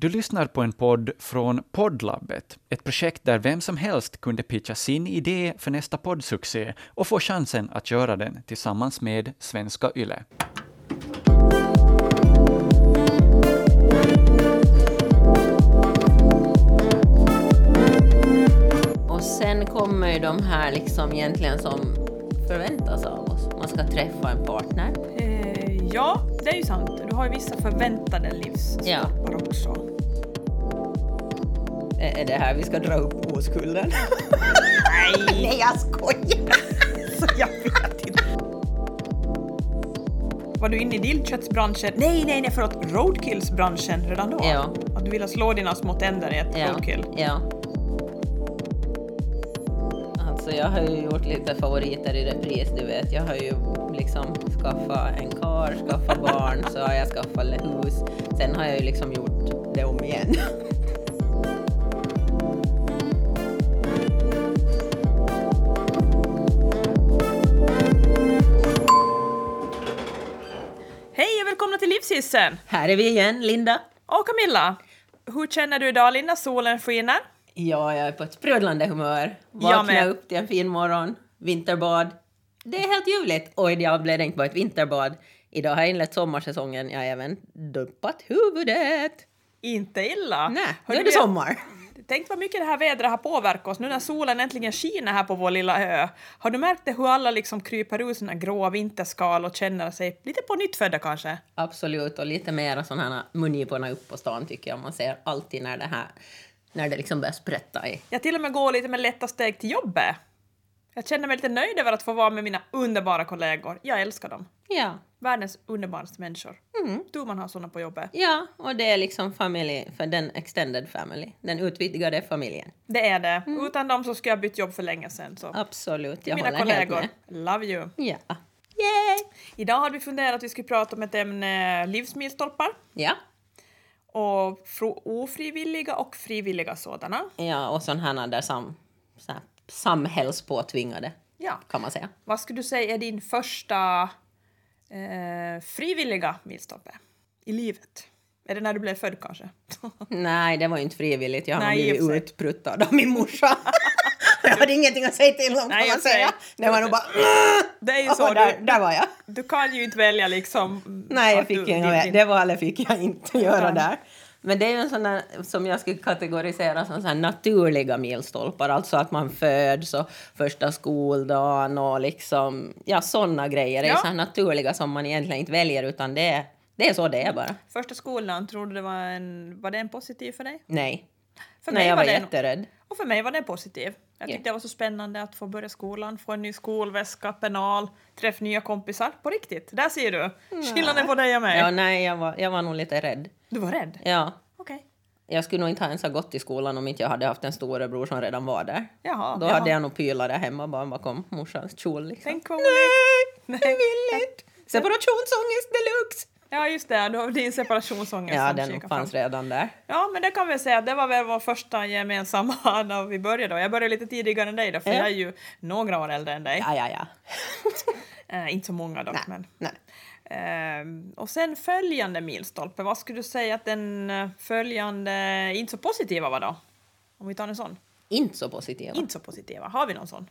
Du lyssnar på en podd från Poddlabbet, ett projekt där vem som helst kunde pitcha sin idé för nästa poddsuccé och få chansen att göra den tillsammans med Svenska Yle. Och sen kommer ju de här liksom egentligen som förväntas av oss. Man ska träffa en partner. Ja, det är ju sant. Du har ju vissa förväntade livsstoppar också. Är det här vi ska dra upp oskulden? Nej, jag skojar. så jag vet inte. Var du inne i dillköttsbranschen? Nej, förlåt. Roadkillsbranschen redan då? Ja. Att du ville slå dina små tänder i ett roadkill? Ja. Alltså jag har ju gjort lite favoriter i repris, du vet. Jag har ju liksom skaffat en kar, skaffat barn, så har jag skaffat hus. Sen har jag ju liksom gjort det om igen. Hej och välkomna till Livshissen! Här är vi igen, Linda. Och Camilla, hur känner du idag, Linda? Solen skiner. Ja, jag är på ett sprudlande humör. Vakna upp till en fin morgon, vinterbad. Det är helt ljuvligt. Oj, jag blev inte bara ett vinterbad. Idag har jag inlett sommarsäsongen. Jag har även dumpat huvudet. Inte illa. Nej, nu är det sommar. Tänk vad mycket det här vädret har påverkat oss nu när solen äntligen skiner här på vår lilla ö. Har du märkt det hur alla liksom kryper ur sina gråa vinterskal och känner sig lite på nyttfödda kanske? Absolut, och lite mer sådana här mungiporna upp på stan tycker jag. Man ser alltid när det liksom börjar sprätta i. Jag till och med går lite med lätta steg till jobbet. Jag känner mig lite nöjd över att få vara med mina underbara kollegor. Jag älskar dem. Ja. Världens underbaraste människor. Du man har sådana på jobbet. Ja, och det är liksom familj för den extended family. Den utvidgade familjen. Det är det. Utan dem så ska jag byta jobb för länge sedan. Så. Absolut, jag mina håller kollegor, helt med. love you. Ja. Yay! Idag hade vi funderat att vi skulle prata om ett ämne livsmilstolpar. Ja. Och ofrivilliga och frivilliga sådana. Ja, och sådana där samhällspåtvingade, kan man säga. Vad skulle du säga är din första frivilliga milstolpe i livet? Är det när du blev född kanske? Nej, det var ju inte frivilligt. Jag har Nej, blivit utpruttad av min morsa. Jag hade ingenting att säga till om, kan man säga. Det var nog bara... Det är ju så. Där var jag. Du kan ju inte välja liksom... Nej, jag fick det valet fick jag inte göra där. Men det är ju en sån där, som jag skulle kategorisera som så här naturliga milstolpar. Alltså att man föds och första skoldagen och liksom, ja, sådana grejer. Det är så här naturliga som man egentligen inte väljer, utan det är så det är bara. Första skolan, tror du var det en positiv för dig? Nej. För mig jag var jätterädd. Och för mig var det positiv. Jag tyckte det var så spännande att få börja skolan, få en ny skolväska, penal, träffa nya kompisar. På riktigt, där ser du. Skillnaden på dig och mig. Ja, nej, jag var nog lite rädd. Du var rädd? Ja. Okej. Jag skulle nog inte ha ens ha gått i skolan om inte jag hade haft en storebror som redan var där. Jaha, Då hade jag nog pylat där hemma bara bakom morsans kjol. Liksom. Tänk vad Nej, jag vill inte. Separationsångest deluxe. Ja, just det. Du har din separationsångest. Ja, den fanns redan där. Ja, men det kan vi säga. Det var väl vår första gemensamma när vi började. Jag började lite tidigare än dig då, för jag är ju några år äldre än dig. Ja. Inte så många dock, men... Nej. Och sen följande milstolpe. Vad skulle du säga att den följande inte så positiva var då? Om vi tar en sån. Inte så positiva. Inte så positiva. Har vi någon sån?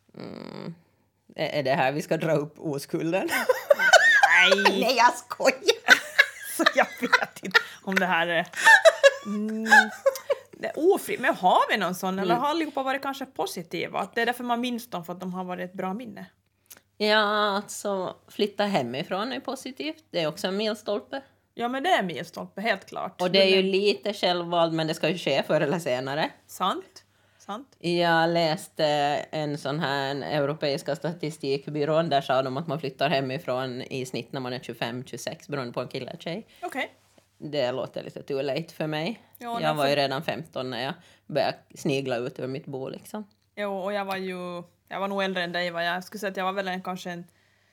Är det här vi ska dra upp oskulden? Nej, jag skojar. Så jag vet inte om det här är... Det är ofri. Men har vi någon sån? Eller har allihopa varit kanske positiva? Att det är därför man minns dem, för att de har varit ett bra minne. Ja, alltså flytta hemifrån är positivt. Det är också en milstolpe. Ja, men det är en milstolpe, helt klart. Och det är ju lite självvald, men det ska ju ske förr eller senare. Sant. Jag läste en sån här europeiska statistikbyrån. Där sa de att man flyttar hemifrån i snitt när man är 25-26, beroende på en kille eller tjej. Okej. Det låter lite too late för mig. Ja, jag var ju redan 15 när jag började snigla ut ur mitt bo liksom. Jo, och jag var nog äldre än dig. Jag skulle säga att jag var väl kanske en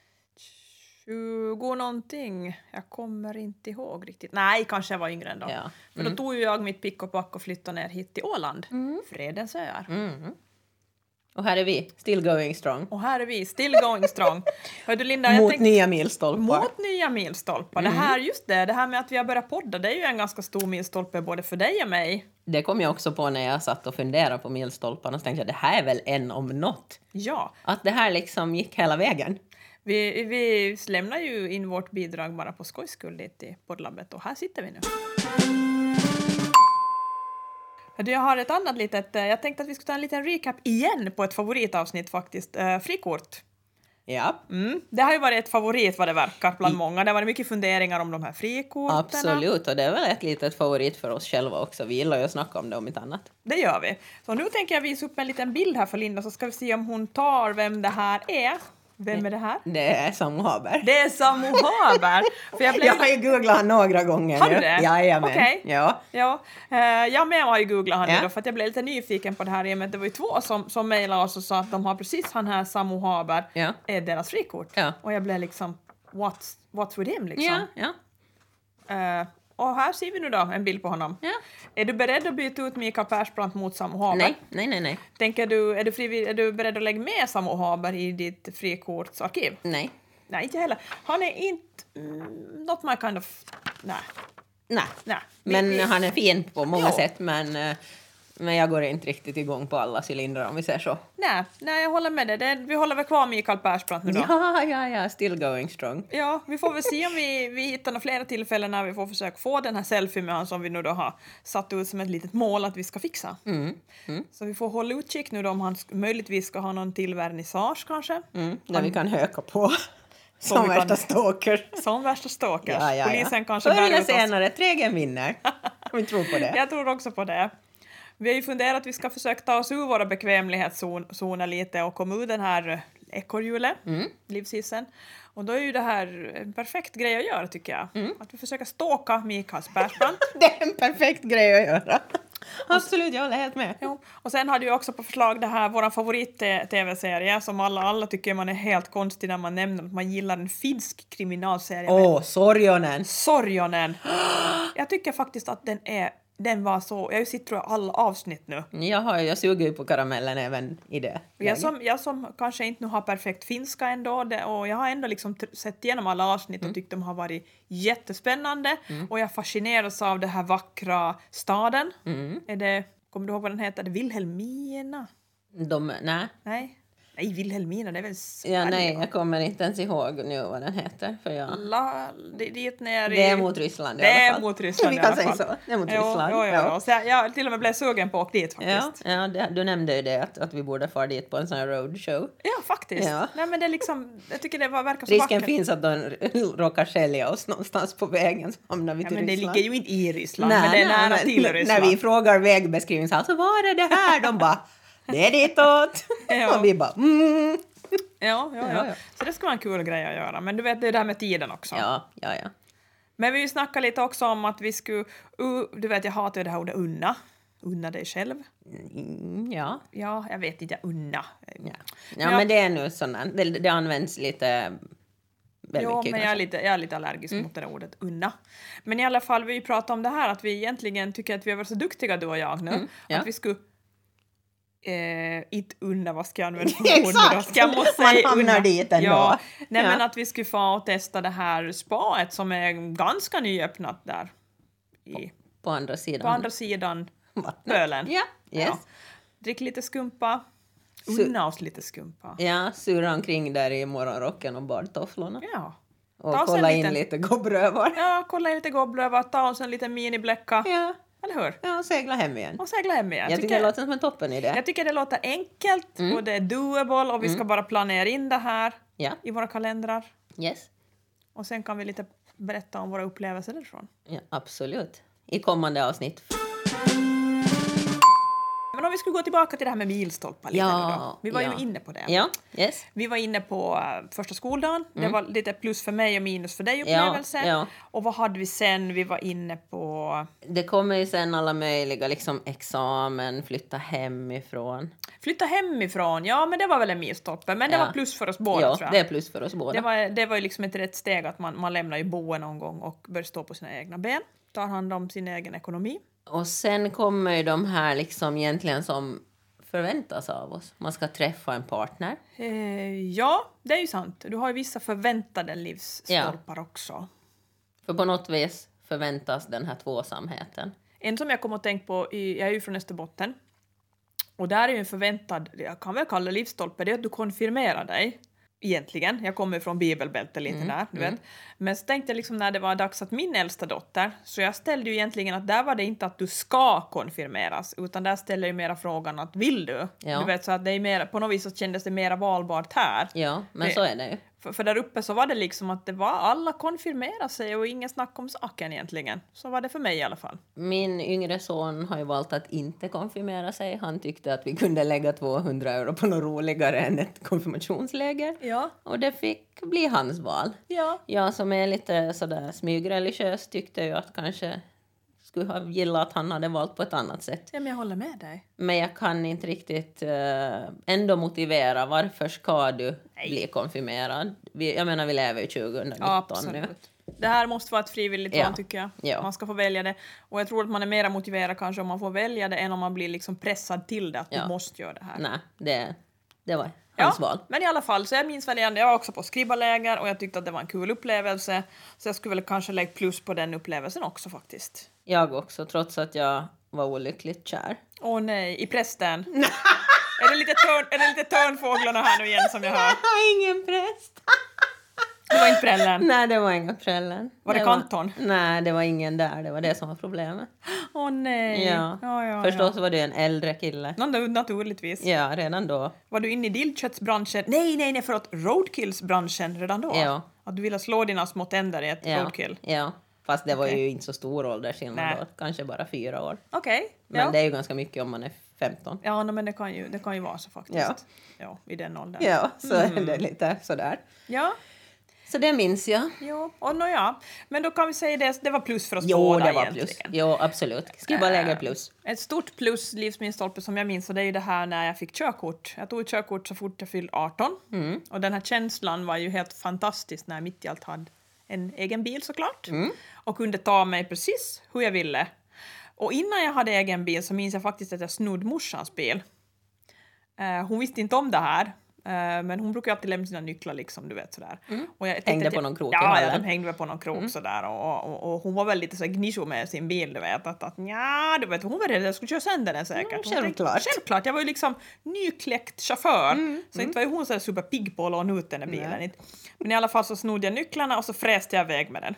20 någonting. Jag kommer inte ihåg riktigt. Nej, kanske jag var yngre ändå. Ja. För då tog jag mitt pick och pack och flyttade ner hit till Åland. Fredens öar. Och här är vi, still going strong. Och här är vi, still going strong. Hör du, Linda, Mot nya milstolpar. Mot nya milstolpar. Det här med att vi har börjat podda, det är ju en ganska stor milstolpe både för dig och mig. Det kom jag också på när jag satt och funderade på milstolparna. Så tänkte jag, det här är väl en om något. Ja. Att det här liksom gick hela vägen. Vi lämnar ju in vårt bidrag bara på skojs skull dit i poddlabbet. Och här sitter vi nu. Jag har ett annat litet... Jag tänkte att vi skulle ta en liten recap igen på ett favoritavsnitt faktiskt. Frikort. Ja. Det har ju varit ett favorit vad det verkar bland många. Det har varit mycket funderingar om de här frikorten. Absolut, och det är väl ett litet favorit för oss själva också. Vi gillar ju att snacka om det om inte annat. Det gör vi. Så nu tänker jag visa upp en liten bild här för Linda så ska vi se om hon tar vem det här är. Vem är det här? Det är Samu Haber. Det är Samu Haber. För jag har ju googlat han några gånger. Har du det? Jajamän. Okay. Ja. Jag med har ju googlat han nu för att jag blev lite nyfiken på det här. I och med att det var ju två som mejlade oss och sa att de har precis han här Samu Haber är deras frikort. Ja. Och jag blev liksom, what's with him liksom? Ja. Och här ser vi nu då en bild på honom. Ja. Är du beredd att byta ut Mikael Persbrandt mot Samu Haber? Nej. Tänker du, är du beredd att lägga med Samu Haber i ditt frikortsarkiv? Nej. Nej, inte heller. Han är inte... not my kind of... Nej. Men han är fin på många sätt, men jag går inte riktigt igång på alla cylindrar om vi säger så. Nej, jag håller med dig. Vi håller väl kvar Mikael Persbrandt nu då. Ja, still going strong. Ja, vi får väl se om vi hittar några flera tillfällen när vi får försöka få den här selfie med han som vi nu då har satt ut som ett litet mål att vi ska fixa. Så vi får hålla utkik nu då om han möjligtvis ska ha någon tillvernissage kanske. Där vi kan höka på. Som värsta stalkers. Som värsta stalkers. Ja. Polisen kanske bär ut oss. Senare, trägen vinner. Vi tror på det. Jag tror också på det. Vi har ju funderat att vi ska försöka ta oss ur våra bekvämlighetszoner lite och komma ur den här ekorrhjulet, livshissen. Och då är ju det här en perfekt grej att göra tycker jag. Att vi försöker stalka Mikael Persbrandt. Det är en perfekt grej att göra. Absolut, jag håller helt med. Jo. Och sen hade vi också på förslag det här, vår favorit-tv-serie som alla tycker man är helt konstig när man nämner att man gillar en finsk kriminalserie. Sorjonen. Jag tycker faktiskt att den var så... Jag har ju sett tror jag alla avsnitt nu. Jag suger ju på karamellen även i det. Jag som kanske inte nu har perfekt finska ändå. Och jag har ändå liksom sett igenom alla avsnitt och tyckt de har varit jättespännande. Och jag fascineras av det här vackra staden. Kommer du ihåg vad den heter? Det är Vilhelmina? Nej, Vilhelmina, det är väl Sverige? Nej, jag kommer inte ens ihåg nu vad den heter. För det är mot Ryssland i alla fall. Mot Ryssland vi kan säga så. Det är mot Ryssland. Jo. Så jag till och med blev sugen på att åka dit faktiskt. Ja, du nämnde ju det att vi borde fara dit på en sån här roadshow. Ja, faktiskt. Ja. Nej, men det är liksom, jag tycker det verkar så vackert. Risken finns att de råkar sälja oss någonstans på vägen så hamnar vi till men Ryssland. Det ligger ju inte i Ryssland, men det är nära till Ryssland. När vi frågar vägbeskrivning så alltså, var är det här? De bara... Det är ditåt. Och vi bara... Ja. Så det ska vara en kul grej att göra. Men du vet, det är det här med tiden också. Ja. Men vi snackar lite också om att vi skulle... du vet, jag hatar ju det här ordet unna. Unna dig själv. Ja. Ja, jag vet inte, unna. Men det är nu sådana. Det används lite... Jo, men jag är lite allergisk mot det där ordet unna. Men i alla fall, vi pratar om det här att vi egentligen tycker att vi har varit så duktiga, du och jag nu. Att vi skulle... inte unna, vad ska jag använda för ord då? Ska jag måste säga man hamnar dit ändå. Ja. Men att vi skulle få testa det här spaet som är ganska nyöppnat där. På andra sidan Pölen. Ja, yes. Ja. Drick lite skumpa. Unna oss lite skumpa. Ja, surra omkring där i morgonrocken och badtofflorna. Ja. Och kolla in lite gobbrövar. Ja, kolla in lite gobbrövar. Ta oss en liten minibläcka. Ja. Eller hur? Ja, och segla hem igen. Jag tycker det låter som en toppen idé. Jag tycker det låter enkelt och det är doable och vi ska bara planera in det här i våra kalendrar. Yes. Och sen kan vi lite berätta om våra upplevelser därifrån. Ja, absolut. I kommande avsnitt. Men om vi skulle gå tillbaka till det här med milstolpar lite nu då. Vi var ju inne på det. Ja, yes. Vi var inne på första skoldagen. Det var lite plus för mig och minus för dig upplevelse. Ja. Och vad hade vi sen? Vi var inne på... Det kommer ju sen alla möjliga liksom examen, flytta hemifrån. Flytta hemifrån, ja men det var väl en milstolpe. Men det var plus för oss båda tror jag. Ja, det är plus för oss båda. Det var ju liksom ett rätt steg att man lämnar ju boen någon gång och börjar stå på sina egna ben. Tar hand om sin egen ekonomi. Och sen kommer ju de här liksom egentligen som förväntas av oss. Man ska träffa en partner. Ja, det är ju sant. Du har ju vissa förväntade livsstolpar också. För på något vis förväntas den här tvåsamheten. En som jag kommer att tänka på, jag är ju från Österbotten. Och där är ju en förväntad, jag kan väl kalla livsstolpe, det är att du konfirmerar dig. Egentligen. Jag kommer från bibelbältet lite där, du vet. Men så tänkte jag liksom när det var dags att min äldsta dotter, så jag ställde ju egentligen att där var det inte att du ska konfirmeras, utan där ställde jag mera frågan att vill du? Ja. Du vet, så att det är mer, på något vis så kändes det mera valbart här. Ja, men så är det ju. För där uppe så var det liksom att det var alla konfirmerade sig och ingen snack om saken egentligen. Så var det för mig i alla fall. Min yngre son har ju valt att inte konfirmera sig. Han tyckte att vi kunde lägga 200 euro på något roligare än ett konfirmationsläger. Ja. Och det fick bli hans val. Ja. Jag som är lite sådär smygreligiös tyckte ju att kanske skulle ha gillat att han hade valt på ett annat sätt. Ja, men jag håller med dig. Men jag kan inte riktigt ändå motivera varför ska du bli konfirmerad. Jag menar, vi lever ju 2019 nu. Det här måste vara ett frivilligt val tycker jag. Ja. Man ska få välja det. Och jag tror att man är mer motiverad kanske om man får välja det än om man blir liksom pressad till det. Att du måste göra det här. Nej, det var hans val. Men i alla fall, så jag minns väl igen, jag var också på skribbaläger och jag tyckte att det var en kul upplevelse. Så jag skulle väl kanske lägga plus på den upplevelsen också faktiskt. Jag också, trots att jag var olyckligt kär. Åh nej, i prästen. Är det lite törnfåglarna här nu igen som jag hör? Ingen präst. Det var inte prällen. Nej, det var ingen prällen. Var det kantorn? Nej, det var ingen där. Det var det som var problemet. Åh nej. Ja. Förstås var det en äldre kille. Naturligtvis. Ja, redan då. Var du inne i dillköttsbranschen? Nej, förlåt. Roadkillsbranschen redan då? Ja. Att du ville slå dina små tänder i ett roadkill? Ja. Fast det var ju inte så stor åldersskillnad då. Kanske bara 4 år. Okej. Men det är ju ganska mycket om man är 15. Ja, men det kan ju vara så faktiskt. Ja, i den åldern. Ja, så är det lite sådär. Ja. Så det minns jag. Ja, och men då kan vi säga det var plus för oss båda båda det var egentligen. plus. Jo, absolut. Ska bara lägga plus. Ett stort plus livsminstolpe som jag minns, och det är ju det här när jag fick körkort. Jag tog körkort så fort jag fyllde 18. Och den här känslan var ju helt fantastisk när jag mitt i allt hade en egen bil såklart. Och kunde ta mig precis hur jag ville. Och innan jag hade egen bil så minns jag faktiskt att jag snodde morsans bil. Hon visste inte om det här. Men hon brukar alltid lämna sina nycklar liksom, du vet sådär. Och jag hängde på någon krok i hallen. Ja, hallen. de hängde väl på någon krok sådär. Och hon var väl lite så gnisho med sin bil, du vet. Du vet, hon var rädd att jag skulle köra sönder den säkert. Självklart. Jag var ju liksom nykläckt chaufför. Så inte var ju hon så superpigg på att låna ut den här bilen. Men i alla fall så snodde jag nycklarna och så fräste jag iväg med den.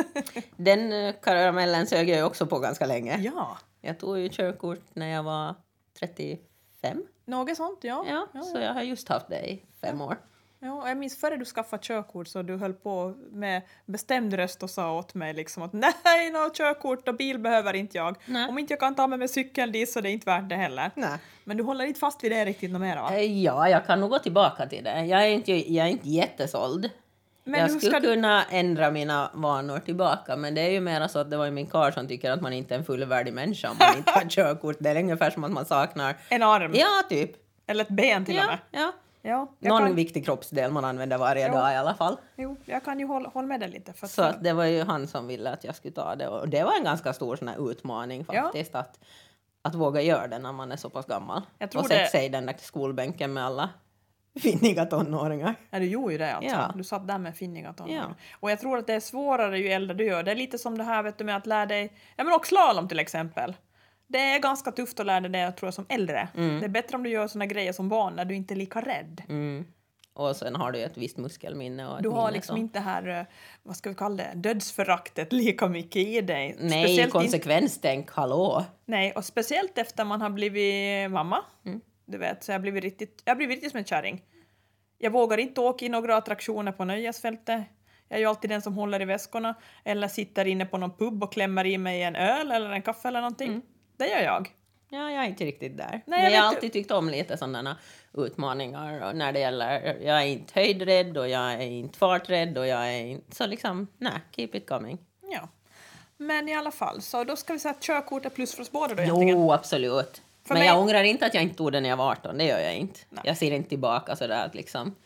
Den karamellen sög jag ju också på ganska länge. Ja. Jag tog ju körkort när jag var 35. Något sånt, ja. Så jag har just haft det i 5 år. Ja, jag minns före du skaffade körkort så du höll på med bestämd röst och sa åt mig liksom att nej, körkort och bil behöver inte jag. Nej. Om inte jag kan ta med cykeln dit så det är inte värt det heller. Nej. Men du håller inte fast vid det riktigt något mer, va? Ja, jag kan nog gå tillbaka till det. Jag är inte jättesåld. Men jag skulle kunna ändra mina vanor tillbaka, men det är ju mer så att det var ju min karl som tycker att man inte är en fullvärdig människa om man inte har körkort. Det är ungefär som att man saknar en arm. Ja, typ. Eller ett ben till och med. Ja. Någon viktig kroppsdel man använder varje dag i alla fall. Jo, jag kan ju hålla med det lite. Så att det var ju han som ville att jag skulle ta det. Och det var en ganska stor sån här utmaning faktiskt. Att våga göra det när man är så pass gammal. Och sätta sig i den där skolbänken med alla finniga tonåringar. Ja, du gjorde ju det alltså. Ja. Du satt där med finniga tonåringar. Ja. Och jag tror att det är svårare ju äldre du gör. Det är lite som det här, vet du, med att lära dig... Ja, men också slalom till exempel. Det är ganska tufft att lära dig det, tror jag, som äldre. Det är bättre om du gör såna grejer som barn när du inte är lika rädd. Och sen har du ett visst muskelminne. Och du har liksom inte här, vad ska vi kalla det, dödsföraktet lika mycket i dig. Nej, konsekvenstänk, hallå. Nej, och speciellt efter man har blivit mamma. Du vet, så jag har blivit riktigt som en kärring. Jag vågar inte åka i några attraktioner på nöjesfältet. Jag är ju alltid den som håller i väskorna. Eller sitter inne på någon pub och klämmer i mig en öl eller en kaffe eller någonting. Det gör jag. Ja, jag är inte riktigt där. Nej, men jag har alltid tyckt om lite sådana utmaningar. Och när det gäller, jag är inte höjdrädd och jag är inte farträdd och jag är inte så liksom, keep it coming. Ja, men i alla fall. Så då ska vi säga att körkort är plus för oss båda då egentligen. Jo, absolut. Men jag ångrar inte att jag inte tog det när jag var 18. Det gör jag inte. Nej. Jag ser inte tillbaka sådär att liksom...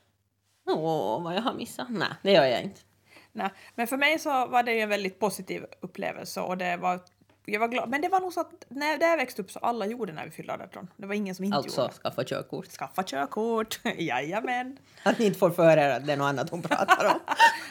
vad jag har missat. Nej, det gör jag inte. Nej, men för mig så var det ju en väldigt positiv upplevelse. Och det var jag var glad. Men det var nog så att när jag växte upp så alla gjorde när vi fyllde 18. Det var ingen som inte alltså, gjorde. skaffa körkort. Skaffa körkort. Jajamän. Att ni inte får för er att det är något annat hon pratar om.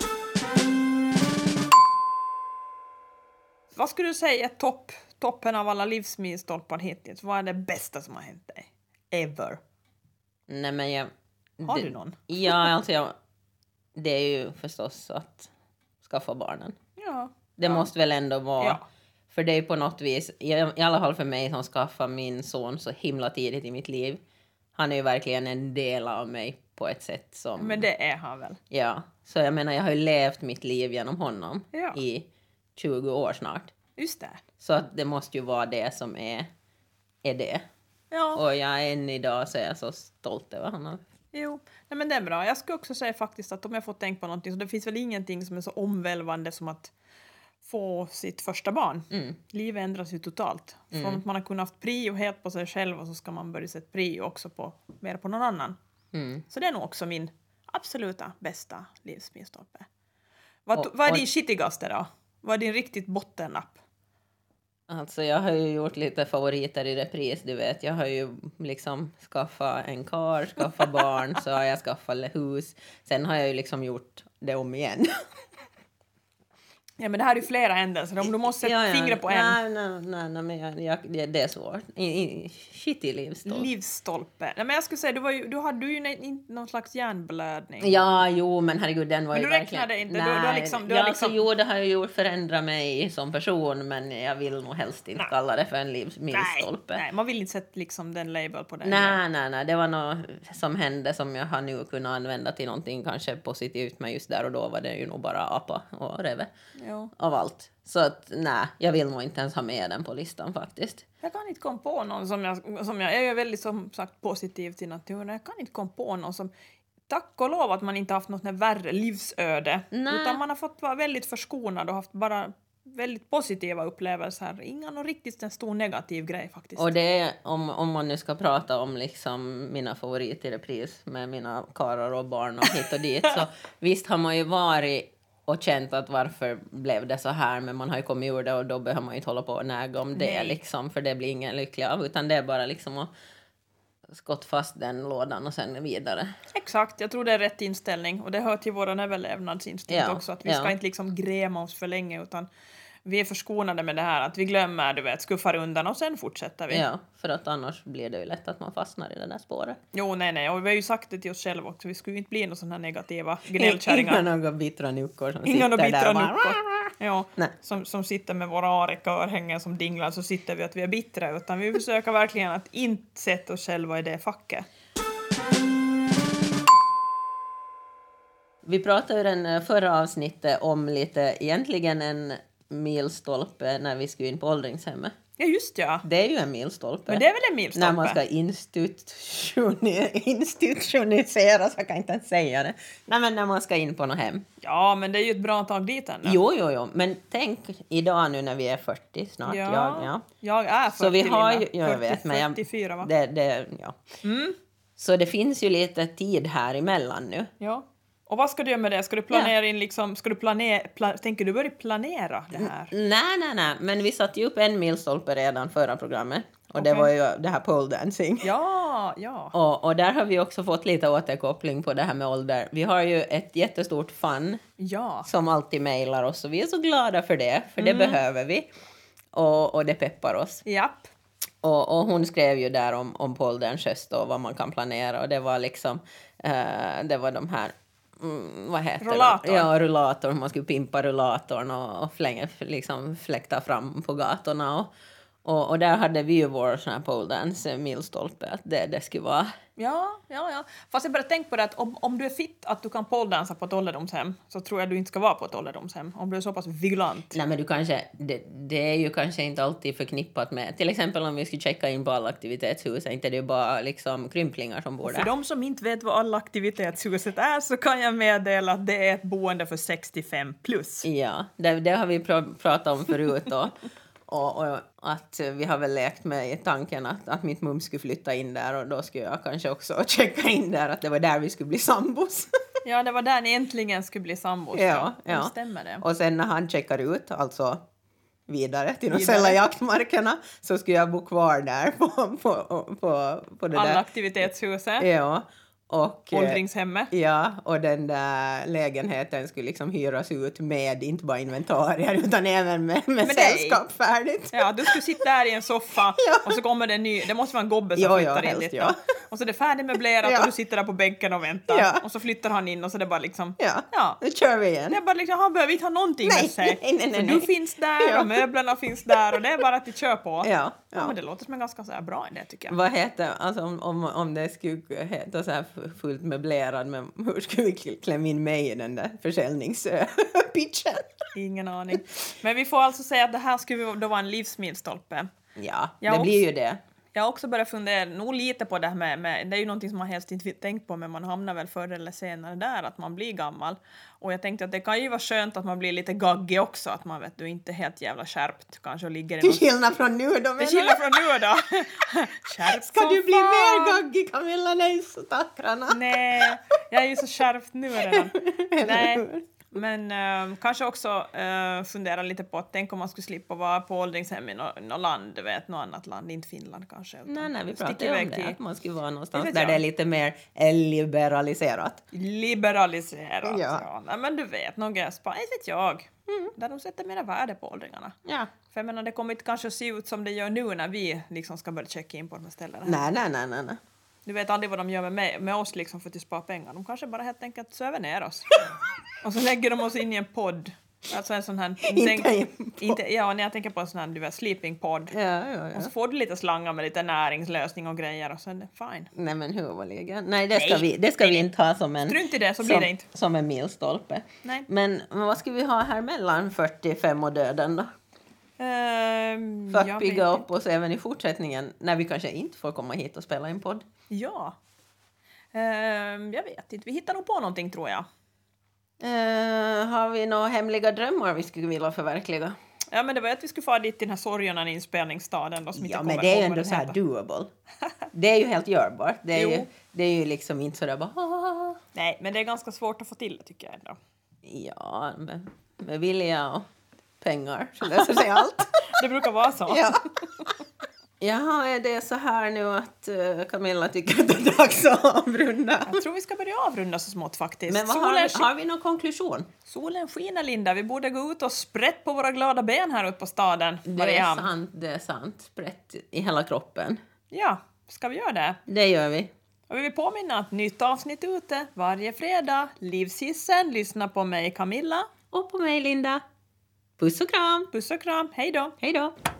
Vad skulle du säga är toppen av alla livsmilstolpar hittills? Vad är det bästa som har hänt dig? Ever. Nej, men har du någon? Ja, alltså det är ju förstås att skaffa barnen. Ja. Det måste väl ändå vara... Ja. För det är på något vis, i alla fall för mig som skaffar min son så himla tidigt i mitt liv. Han är ju verkligen en del av mig på ett sätt som... Men det är han väl? Ja, så jag menar jag har ju levt mitt liv genom honom Ja. i 20 år snart. Just det. Så att det måste ju vara det som är det. Ja. Och jag är än idag så är jag så stolt över honom. Jo, nej men det är bra. Jag skulle också säga faktiskt att om jag får tänka på någonting så det finns väl ingenting som är så omvälvande som att få sitt första barn. Livet ändras ju totalt. Från att man har kunnat haft prio helt på sig själv och så ska man börja sätta prio också mer på någon annan. Så det är nog också min absoluta bästa livsmilstolpe. Vad är din shittigaste då? Vad är din riktigt bottennapp? Alltså jag har ju gjort lite favoriter i repris, du vet. Jag har ju liksom skaffat en kar, skaffat barn, så har jag skaffat hus. Sen har jag ju liksom gjort det om igen. Ja, men det här är ju flera händelser. Om du måste sätta fingret på en. Nej, men det är svårt. Shitty livsstolpe. Livsstolpe. Nej, men jag skulle säga, du hade ju någon slags hjärnblödning. Ja, jo, men herregud, den var men ju verkligen... Men du räknade inte? Nej, alltså, jo, det har ju gjort förändra mig som person, men jag vill nog helst inte kalla det för en livsstolpe. Nej, man vill inte sätta liksom den label på den. Nej, det var något som hände som jag har nu kunnat använda till någonting kanske positivt, men just där och då var det ju nog bara apa och reve. Jo. Av allt. Så att nej, jag vill nog inte ens ha med den på listan faktiskt. Jag kan inte komma på någon som jag är väldigt som sagt positiv till naturen. Jag kan inte komma på någon som tack och lov att man inte haft något värre livsöde. Nej. Utan man har fått vara väldigt förskonad och haft bara väldigt positiva upplevelser. Ingen riktigt en stor negativ grej faktiskt. Och det är, om man nu ska prata om liksom mina favoriter i repris med mina karar och barn och hit och dit. Så visst har man ju varit och känt att varför blev det så här, men man har ju kommit ur det och då behöver man ju inte hålla på och näga om det liksom, för det blir ingen lycklig av, utan det är bara liksom att skott fast den lådan och sen vidare. Exakt, jag tror det är rätt inställning och det hör till vår överlevnadsinstinkt också, att vi ska inte liksom gräma oss för länge, utan vi är förskonade med det här att vi glömmer, du vet, skuffar undan och sen fortsätter vi. Ja, för att annars blir det ju lätt att man fastnar i den där spåret. Jo, nej, och vi har ju sagt det till oss själva också, vi skulle ju inte bli någon sån här negativa gnällkärringar. Inga några bittra nuckor som sitter där nuckor. Ja, som sitter med våra arekörhängen som dinglar, så sitter vi att vi är bittra, utan vi försöker verkligen att inte sätta oss själva i det facket. Vi pratade ju den förra avsnittet om lite, egentligen en milstolpe när vi skulle in på åldringshemmet. Ja, just ja. Det är ju en milstolpe. Men det är väl en milstolpe? När man ska institutioniseras, jag kan inte ens säga det. Nej, men när man ska in på något hem. Ja, men det är ju ett bra tag dit ändå. Jo. Men tänk idag nu när vi är 40 snart. Jag är 40, så vi har ju, 44 va? Ja. Så det finns ju lite tid här emellan nu. Ja. Och vad ska du göra med det? Ska du planera in liksom, tänker du börja planera det här? Nej, men vi satte ju upp en milstolpe redan förra programmet. Och det var ju det här pole dancing. Ja. Och där har vi också fått lite återkoppling på det här med ålder. Vi har ju ett jättestort fan som alltid mejlar oss. Och vi är så glada för det, för det behöver vi. Och det peppar oss. Japp. Och hon skrev ju där om pole dance och vad man kan planera. Och det var liksom, det var de här... vad heter rullator. Det? Ja, rullator. Man skulle pimpa rullatorn och fläkta fram på gatorna. Och där hade vi ju vår sån här pole dance milstolpe. Att det skulle vara... Ja. Fast jag bara tänk på det att om du är fit att du kan pole dansa på ett ålderdomshem, så tror jag du inte ska vara på ett ålderdomshem. Om du är så pass vigilant. Nej, men du kanske... Det är ju kanske inte alltid förknippat med... Till exempel om vi skulle checka in på alla aktivitetshus, är inte det bara liksom krymplingar som bor där. För de som inte vet vad alla aktivitetshuset är, så kan jag meddela att det är ett boende för 65 plus. Ja, det har vi pratat om förut då. Och att vi har väl lekt med tanken att mitt mum skulle flytta in där, och då skulle jag kanske också checka in där att det var där vi skulle bli sambos. Ja, det var där ni äntligen skulle bli sambos. Ja. Stämmer det. Och sen när han checkar ut, alltså vidare till de sälla jaktmarkerna, så skulle jag bo kvar där på det där aktivitetshuset. Ja. Och åldringshemmet. Ja, och den där lägenheten skulle liksom hyras ut med inte bara inventarier utan även med sällskap färdigt. Ja, du skulle sitta där i en soffa och så kommer det en ny, det måste vara en gobbe som flyttar in dit. Ja. Och så är det färdigmöblerat och du sitter där på bänken och väntar. Och så flyttar han in och så är det bara liksom... Ja, nu kör vi igen. Det är bara liksom, han behöver inte ha någonting med sig. Nej. Du finns där och möblerna finns där och det är bara att de kör på. Ja, men det låter som en ganska så här bra idé tycker jag. Vad heter, alltså om det skulle heta så här fullt möblerad, men hur skulle vi klämma in mig i den där försäljningspitchen? Ingen aning. Men vi får alltså säga att det här skulle då vara en livsmilstolpe. Ja, det blir ju det. Jag har också börjat fundera nog lite på det här med det är ju någonting som man helst inte tänkt på, men man hamnar väl förr eller senare där att man blir gammal. Och jag tänkte att det kan ju vara skönt att man blir lite gaggig också, att man vet du inte helt jävla skärpt kanske och ligger i till skillnad från nu då. Till skillnad från nu då. Skärpt. Ska du bli mer gaggig, Camilla? Nej, så tackrarna. Nej, jag är ju så skärpt nu redan. Nej. Men kanske också fundera lite på att tänk om man skulle slippa vara på åldringshem i något land, du vet, något annat land, inte Finland kanske. Nej, vi pratar ju om det, att man skulle vara någonstans där det är lite mer liberaliserat. Ja. Nej, men du vet, någon gäspa, inte vet jag. Där de sätter mera värde på åldringarna. Ja. För jag menar, det kommer inte kanske se ut som det gör nu när vi liksom ska börja checka in på de här ställena. Nej. Du vet aldrig vad de gör med oss liksom för att spara pengar. De kanske bara helt enkelt söver ner oss. Och så lägger de oss in i en podd. Alltså en sån här... när jag tänker på en sån här, du vet, sleeping podd. Ja. Och så får du lite slangar med lite näringslösning och grejer och sen är det fine. Nej, men hur var det? Nej, det ska vi inte ha som en... Strunt i det, så blir det inte. Som en milstolpe. Nej. Men vad ska vi ha här mellan 45 och döden då? För att bygga upp oss även i fortsättningen när vi kanske inte får komma hit och spela en podd. Ja. Jag vet inte. Vi hittar nog på någonting, tror jag. Har vi några hemliga drömmar vi skulle vilja förverkliga? Ja, men det var att vi skulle få dit till den här Sorgorna i inspelningsstaden. Då, som ja, men det är ju ändå så här doable. Det är ju helt görbart. Det är ju liksom inte så där bara... Nej, men det är ganska svårt att få till det, tycker jag ändå. Ja, med vilja och pengar så löser sig allt. Det brukar vara så. Ja. Jaha, är det så här nu att Camilla tycker att det är dags att avrunda? Jag tror vi ska börja avrunda så smått faktiskt. Men har vi någon konklusion? Solen skiner, Linda. Vi borde gå ut och sprätt på våra glada ben här ute på staden. Det är sant. Sprätt i hela kroppen. Ja, ska vi göra det? Det gör vi. Och vi vill påminna att nytt avsnitt ute varje fredag. Livshissen, lyssna på mig Camilla. Och på mig Linda. Puss och kram. Puss och kram. Hej då. Hej då.